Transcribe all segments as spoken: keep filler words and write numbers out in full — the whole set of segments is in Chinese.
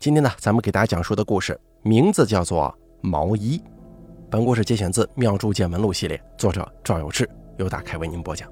今天呢，咱们给大家讲述的故事名字叫做毛衣。本故事节选自《妙著见闻录》系列，作者赵有志，由大开为您播讲。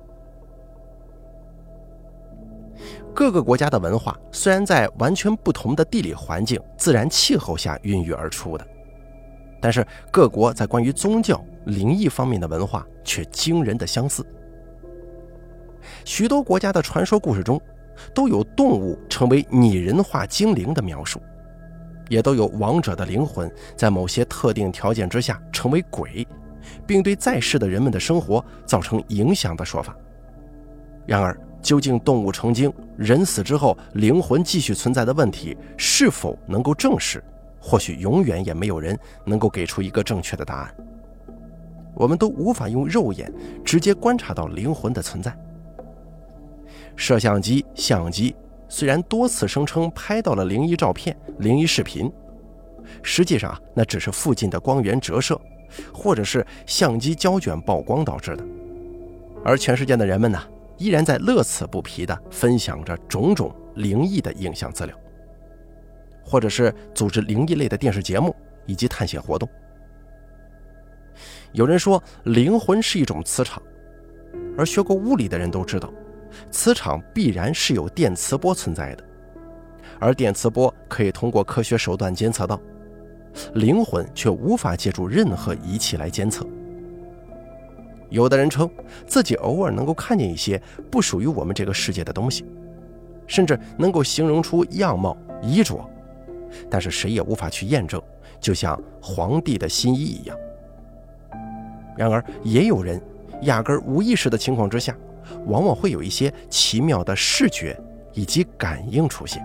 各个国家的文化虽然在完全不同的地理环境、自然气候下孕育而出的，但是各国在关于宗教、灵异方面的文化却惊人的相似。许多国家的传说故事中都有动物成为拟人化精灵的描述，也都有亡者的灵魂在某些特定条件之下成为鬼，并对在世的人们的生活造成影响的说法。然而，究竟动物成精、人死之后灵魂继续存在的问题是否能够证实，或许永远也没有人能够给出一个正确的答案。我们都无法用肉眼直接观察到灵魂的存在。摄像机、相机虽然多次声称拍到了灵异照片、灵异视频，实际上那只是附近的光源折射，或者是相机胶卷曝光导致的。而全世界的人们呢，依然在乐此不疲地分享着种种灵异的影像资料，或者是组织灵异类的电视节目以及探险活动。有人说灵魂是一种磁场，而学过物理的人都知道，磁场必然是有电磁波存在的，而电磁波可以通过科学手段监测到，灵魂却无法借助任何仪器来监测。有的人称自己偶尔能够看见一些不属于我们这个世界的东西，甚至能够形容出样貌、衣着，但是谁也无法去验证，就像皇帝的新衣一样。然而也有人压根无意识的情况之下，往往会有一些奇妙的视觉以及感应出现。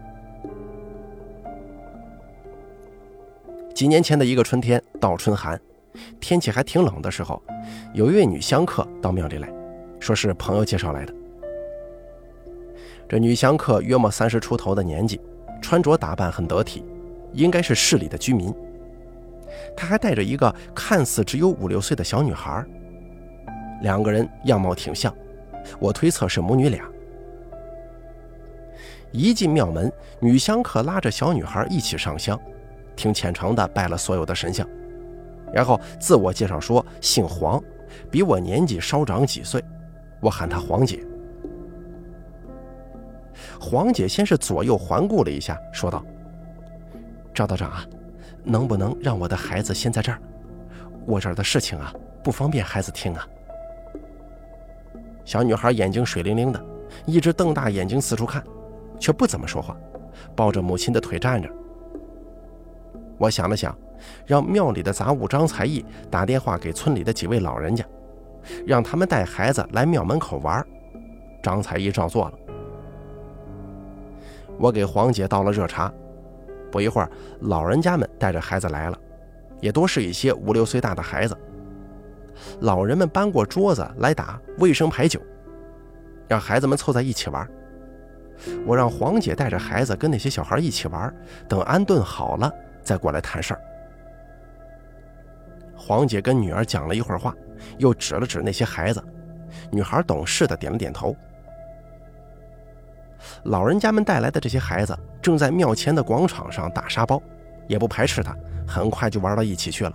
几年前的一个春天，倒春寒，天气还挺冷的时候，有一位女香客到庙里来，说是朋友介绍来的。这女香客约莫三十出头的年纪，穿着打扮很得体，应该是市里的居民。她还带着一个看似只有五六岁的小女孩，两个人样貌挺像，我推测是母女俩。一进庙门，女香客拉着小女孩一起上香，挺虔诚地拜了所有的神像，然后自我介绍说姓黄，比我年纪稍长几岁，我喊她黄姐。黄姐先是左右环顾了一下，说道：赵道长啊，能不能让我的孩子先在这儿？我这儿的事情啊，不方便孩子听啊。小女孩眼睛水灵灵的，一直瞪大眼睛四处看，却不怎么说话，抱着母亲的腿站着。我想了想，让庙里的杂物张才艺打电话给村里的几位老人家，让他们带孩子来庙门口玩。张才艺照做了。我给黄姐倒了热茶，不一会儿，老人家们带着孩子来了，也多是一些五六岁大的孩子。老人们搬过桌子来打卫生牌九，让孩子们凑在一起玩。我让黄姐带着孩子跟那些小孩一起玩，等安顿好了再过来谈事儿。黄姐跟女儿讲了一会儿话，又指了指那些孩子，女孩懂事的点了点头。老人家们带来的这些孩子正在庙前的广场上打沙包，也不排斥他，很快就玩到一起去了。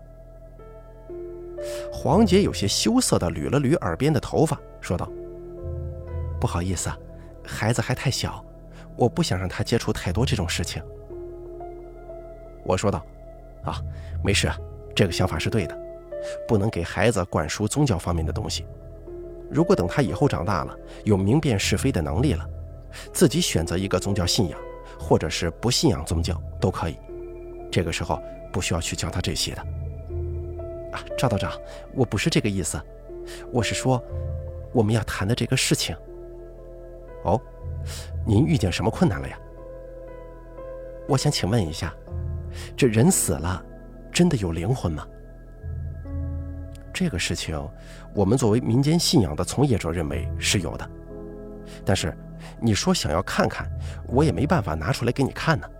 黄姐有些羞涩地捋了捋耳边的头发，说道：不好意思啊，孩子还太小，我不想让他接触太多这种事情。我说道：啊，没事，这个想法是对的，不能给孩子灌输宗教方面的东西。如果等他以后长大了，有明辨是非的能力了，自己选择一个宗教信仰，或者是不信仰宗教都可以，这个时候不需要去教他这些的。啊，赵道长，我不是这个意思，我是说我们要谈的这个事情。哦，您遇见什么困难了呀？我想请问一下，这人死了真的有灵魂吗？这个事情我们作为民间信仰的从业者认为是有的，但是你说想要看看，我也没办法拿出来给你看呢。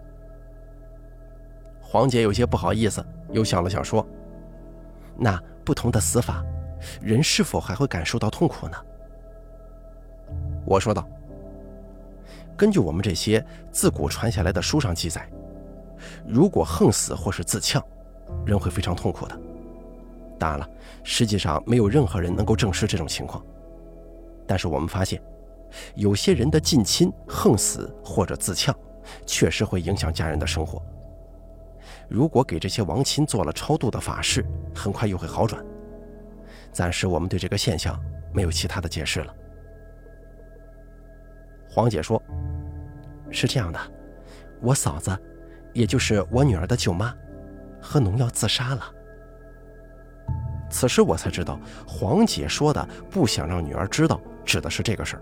黄姐有些不好意思，又想了想说，那不同的死法，人是否还会感受到痛苦呢？我说道， 根据我们这些自古传下来的书上记载，如果横死或是自呛，人会非常痛苦的。当然了，实际上没有任何人能够证实这种情况。但是我们发现，有些人的近亲横死或者自呛，确实会影响家人的生活。如果给这些亡亲做了超度的法事，很快又会好转。暂时我们对这个现象没有其他的解释了。黄姐说，是这样的，我嫂子，也就是我女儿的舅妈，喝农药自杀了。此时我才知道，黄姐说的不想让女儿知道，指的是这个事儿。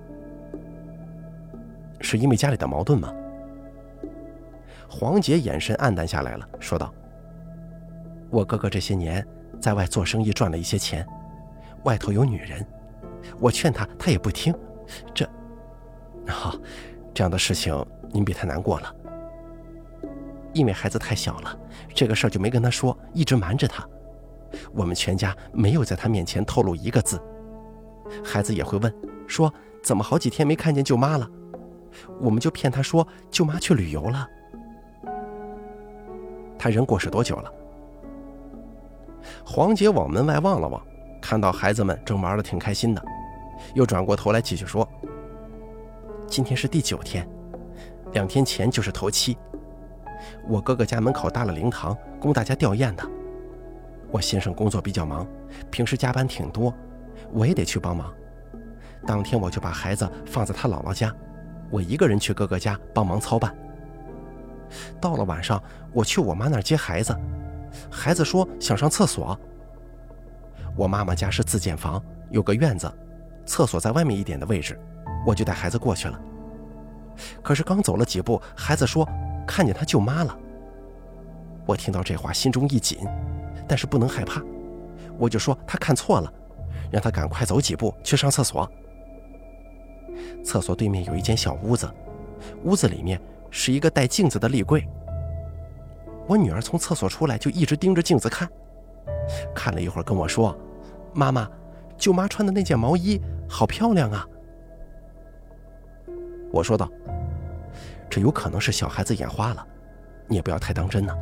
是因为家里的矛盾吗？黄姐眼神黯淡下来了，说道，我哥哥这些年在外做生意赚了一些钱，外头有女人，我劝他他也不听，这好、哦，这样的事情您别太难过了。因为孩子太小了，这个事儿就没跟他说，一直瞒着他。我们全家没有在他面前透露一个字。孩子也会问，说怎么好几天没看见舅妈了？我们就骗他说舅妈去旅游了。他人过世多久了？黄姐往门外望了望，看到孩子们正玩得挺开心的，又转过头来继续说，今天是第九天，两天前就是头七。我哥哥家门口搭了灵堂，供大家吊唁的。我先生工作比较忙，平时加班挺多，我也得去帮忙。当天我就把孩子放在他姥姥家，我一个人去哥哥家帮忙操办。到了晚上，我去我妈那儿接孩子，孩子说想上厕所。我妈妈家是自建房，有个院子，厕所在外面一点的位置，我就带孩子过去了。可是刚走了几步，孩子说看见他舅妈了。我听到这话心中一紧，但是不能害怕，我就说他看错了，让他赶快走几步去上厕所。厕所对面有一间小屋子，屋子里面是一个带镜子的立柜。我女儿从厕所出来就一直盯着镜子看，看了一会儿跟我说，妈妈，舅妈穿的那件毛衣好漂亮啊。我说道，这有可能是小孩子眼花了，你也不要太当真呢。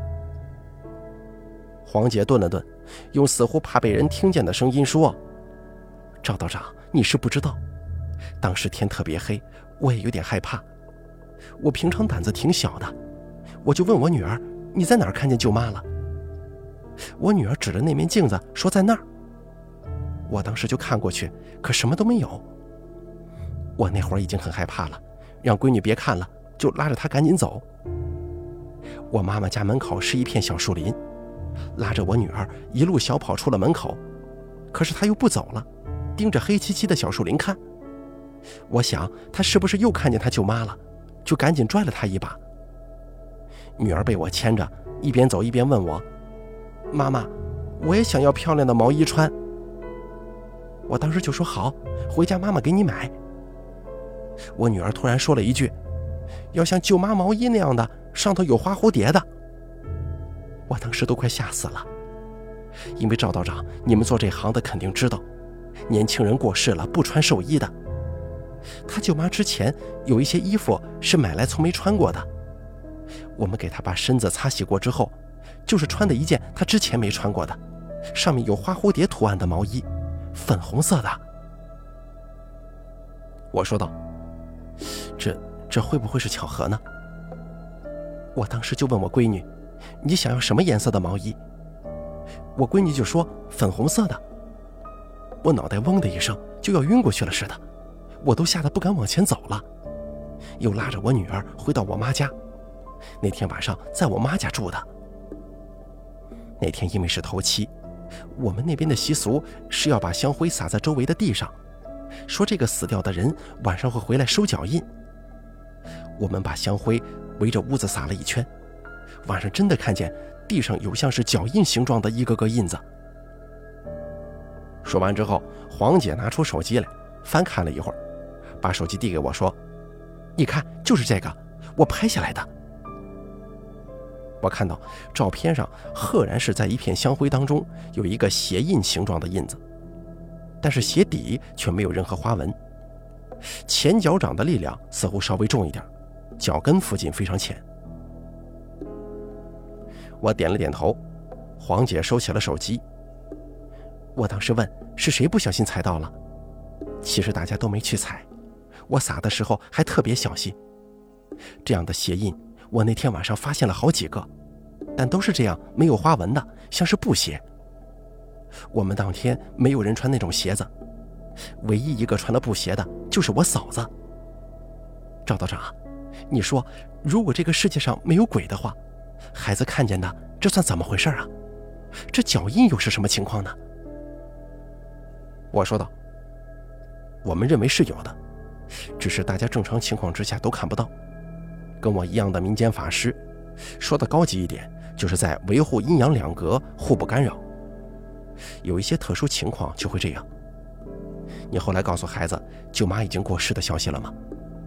黄姐顿了顿，用似乎怕被人听见的声音说，赵道长，你是不知道，当时天特别黑，我也有点害怕。我平常胆子挺小的，我就问我女儿，你在哪儿看见舅妈了？我女儿指着那面镜子说在那儿。我当时就看过去，可什么都没有。我那会儿已经很害怕了，让闺女别看了，就拉着她赶紧走。我妈妈家门口是一片小树林，拉着我女儿一路小跑出了门口，可是她又不走了，盯着黑漆漆的小树林看。我想她是不是又看见她舅妈了，就赶紧拽了她一把。女儿被我牵着，一边走一边问我，妈妈，我也想要漂亮的毛衣穿。我当时就说好，回家妈妈给你买。我女儿突然说了一句，要像舅妈毛衣那样的，上头有花蝴蝶的。我当时都快吓死了，因为赵道长，你们做这行的肯定知道，年轻人过世了不穿寿衣的。他舅妈之前有一些衣服是买来从没穿过的，我们给他把身子擦洗过之后，就是穿的一件他之前没穿过的，上面有花蝴蝶图案的毛衣，粉红色的。我说道，这这会不会是巧合呢？我当时就问我闺女，你想要什么颜色的毛衣？我闺女就说粉红色的。我脑袋嗡的一声就要晕过去了似的，我都吓得不敢往前走了，又拉着我女儿回到我妈家。那天晚上在我妈家住的。那天因为是头七，我们那边的习俗是要把香灰撒在周围的地上，说这个死掉的人晚上会回来收脚印。我们把香灰围着屋子撒了一圈，晚上真的看见地上有像是脚印形状的一个个印子。说完之后，黄姐拿出手机来翻看了一会儿，把手机递给我说，你看就是这个，我拍下来的。我看到照片上赫然是在一片香灰当中有一个鞋印形状的印子，但是鞋底却没有任何花纹，前脚掌的力量似乎稍微重一点， 脚跟附近非常浅。我点了点头，黄姐收起了手机。我当时问是谁不小心踩到了，其实大家都没去踩，我撒的时候还特别小心。这样的鞋印我那天晚上发现了好几个，但都是这样没有花纹的，像是布鞋。我们当天没有人穿那种鞋子，唯一一个穿了布鞋的就是我嫂子。赵道长，你说如果这个世界上没有鬼的话，孩子看见的这算怎么回事啊？这脚印又是什么情况呢？我说道，我们认为是有的，只是大家正常情况之下都看不到。跟我一样的民间法师，说的高级一点，就是在维护阴阳两隔，互不干扰。有一些特殊情况就会这样。你后来告诉孩子舅妈已经过世的消息了吗？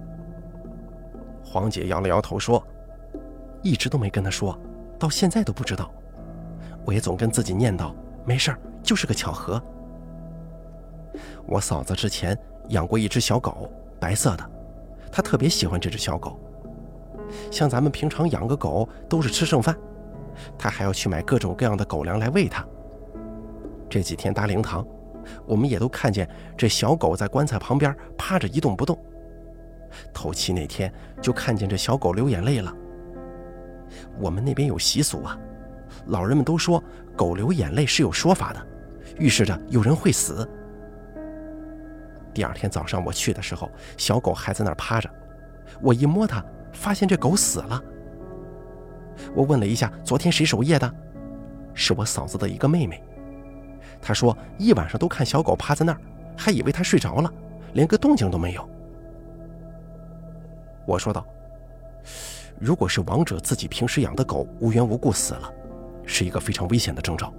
黄姐摇了摇头说，一直都没跟她说，到现在都不知道。我也总跟自己念叨，没事儿，就是个巧合。我嫂子之前养过一只小狗，白色的，她特别喜欢这只小狗。像咱们平常养个狗都是吃剩饭，她还要去买各种各样的狗粮来喂它。这几天搭灵堂，我们也都看见这小狗在棺材旁边趴着一动不动。头七那天就看见这小狗流眼泪了。我们那边有习俗啊，老人们都说狗流眼泪是有说法的，预示着有人会死。第二天早上我去的时候，小狗还在那儿趴着，我一摸它，发现这狗死了。我问了一下昨天谁守夜的，是我嫂子的一个妹妹。她说一晚上都看小狗趴在那儿，还以为它睡着了，连个动静都没有。我说道，如果是亡者自己平时养的狗无缘无故死了，是一个非常危险的征兆。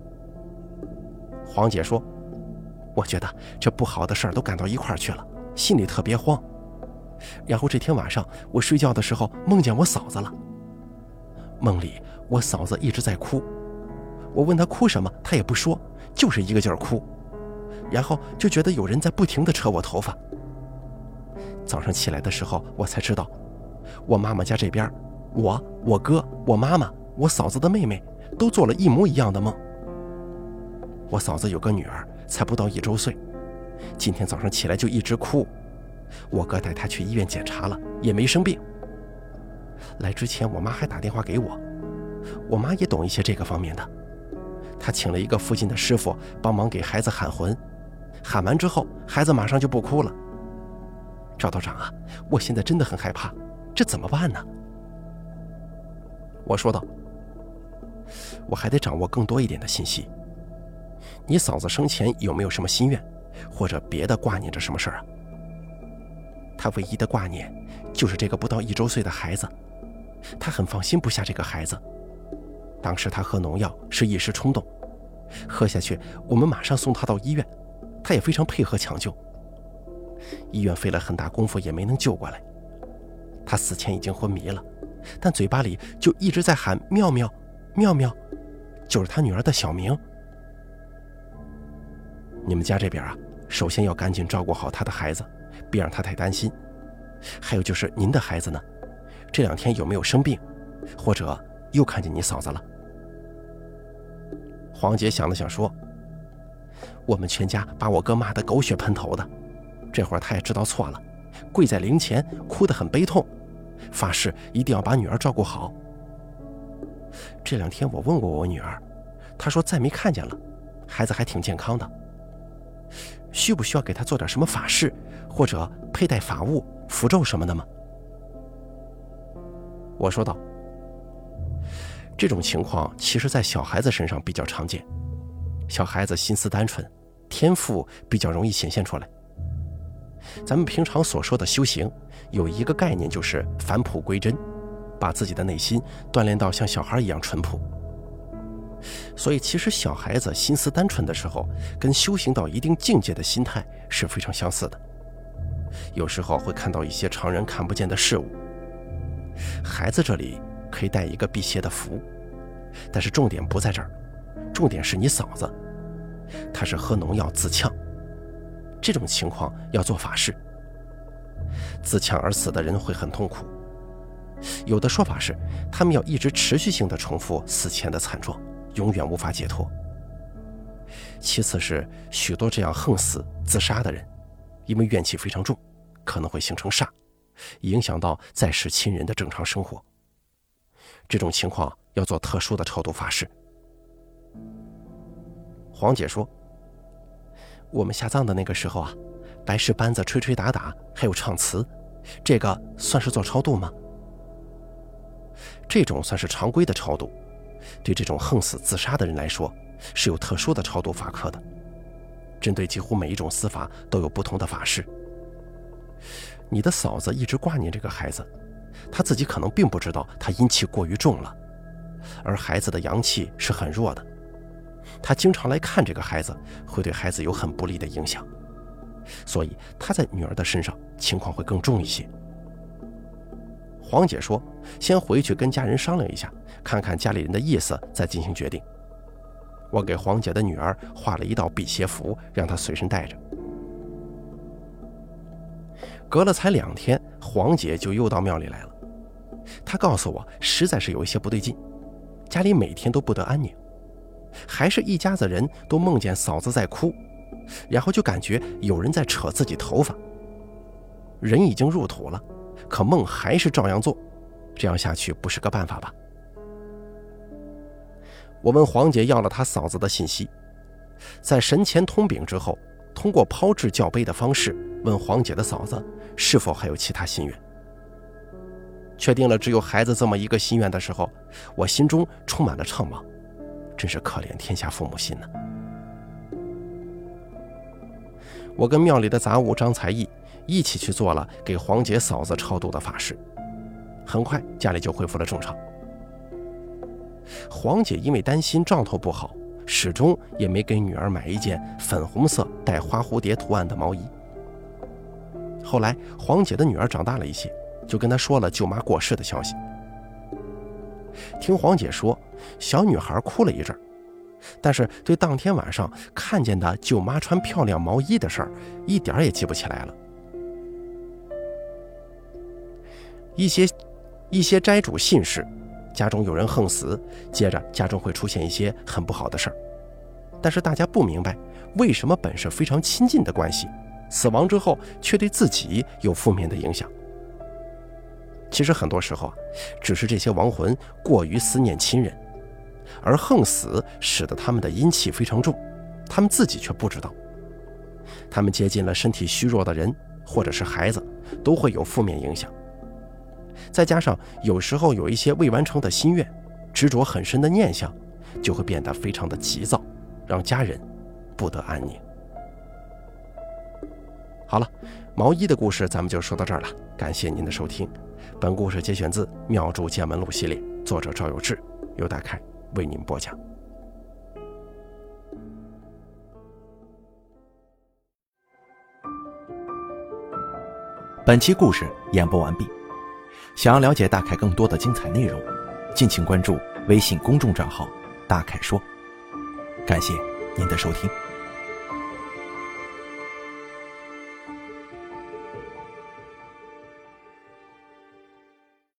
黄姐说，我觉得这不好的事儿都赶到一块儿去了，心里特别慌。然后这天晚上我睡觉的时候梦见我嫂子了，梦里我嫂子一直在哭，我问她哭什么，她也不说，就是一个劲儿哭，然后就觉得有人在不停地扯我头发。早上起来的时候我才知道，我妈妈家这边，我、我哥、我妈妈、我嫂子的妹妹都做了一模一样的梦。我嫂子有个女儿，才不到一周岁，今天早上起来就一直哭，我哥带她去医院检查了，也没生病。来之前我妈还打电话给我，我妈也懂一些这个方面的，她请了一个附近的师傅帮忙给孩子喊魂，喊完之后孩子马上就不哭了。赵道长啊，我现在真的很害怕，这怎么办呢？我说道，我还得掌握更多一点的信息。你嫂子生前有没有什么心愿，或者别的挂念着什么事儿啊？她唯一的挂念就是这个不到一周岁的孩子，她很放心不下这个孩子。当时她喝农药是一时冲动，喝下去我们马上送她到医院，她也非常配合抢救。医院费了很大功夫也没能救过来，他死前已经昏迷了，但嘴巴里就一直在喊妙妙妙妙，就是他女儿的小名。你们家这边啊，首先要赶紧照顾好他的孩子，别让他太担心。还有就是您的孩子呢，这两天有没有生病，或者又看见你嫂子了？黄姐想了想说，我们全家把我哥骂得狗血喷头的，这会儿他也知道错了，跪在灵前哭得很悲痛，发誓一定要把女儿照顾好。这两天我问过我女儿，她说再没看见了，孩子还挺健康的。需不需要给她做点什么法事，或者佩戴法物、符咒什么的吗？我说道，这种情况其实在小孩子身上比较常见，小孩子心思单纯，天赋比较容易显现出来。咱们平常所说的修行有一个概念，就是返璞归真，把自己的内心锻炼到像小孩一样淳朴。所以其实小孩子心思单纯的时候，跟修行到一定境界的心态是非常相似的，有时候会看到一些常人看不见的事物。孩子这里可以带一个辟邪的符，但是重点不在这儿，重点是你嫂子，她是喝农药自呛，这种情况要做法事。自呛而死的人会很痛苦， 有的说法是他们要一直持续性的重复死前的惨状，永远无法解脱。其次是许多这样横死自杀的人，因为怨气非常重，可能会形成煞，影响到在世亲人的正常生活。这种情况要做特殊的超度法事。黄姐说，我们下葬的那个时候啊，白事班子吹吹打打，还有唱词，这个算是做超度吗？这种算是常规的超度，对这种横死自杀的人来说是有特殊的超度法科的，针对几乎每一种死法都有不同的法事。你的嫂子一直挂念这个孩子，她自己可能并不知道她阴气过于重了，而孩子的阳气是很弱的，她经常来看这个孩子，会对孩子有很不利的影响，所以她在女儿的身上情况会更重一些。黄姐说，先回去跟家人商量一下，看看家里人的意思再进行决定。我给黄姐的女儿画了一道辟邪符，让她随身带着。隔了才两天，黄姐就又到庙里来了。她告诉我，实在是有一些不对劲，家里每天都不得安宁，还是一家子人都梦见嫂子在哭，然后就感觉有人在扯自己头发。人已经入土了，可梦还是照样做，这样下去不是个办法吧？我问黄姐要了她嫂子的信息，在神前通禀之后，通过抛掷教碑的方式问黄姐的嫂子是否还有其他心愿。确定了只有孩子这么一个心愿的时候，我心中充满了怅惘，真是可怜天下父母心呢。我跟庙里的杂物张才义一起去做了给黄姐嫂子超度的法事，很快家里就恢复了正常。黄姐因为担心兆头不好，始终也没给女儿买一件粉红色带花蝴蝶图案的毛衣。后来黄姐的女儿长大了一些，就跟她说了舅妈过世的消息。听黄姐说，小女孩哭了一阵，但是对当天晚上看见的舅妈穿漂亮毛衣的事儿一点也记不起来了。一些一些斋主信士，家中有人横死，接着家中会出现一些很不好的事儿，但是大家不明白为什么本是非常亲近的关系，死亡之后却对自己有负面的影响。其实很多时候啊，只是这些亡魂过于思念亲人，而横死使得他们的阴气非常重，他们自己却不知道。他们接近了身体虚弱的人或者是孩子，都会有负面影响。再加上有时候有一些未完成的心愿，执着很深的念想，就会变得非常的急躁，让家人不得安宁。好了，毛衣的故事咱们就说到这儿了，感谢您的收听。本故事节选自《妙著见闻录》系列，作者赵有志，由大凯为您播讲。 本期故事演播完毕。想要了解大凯更多的精彩内容，敬请关注微信公众账号大凯说。感谢您的收听。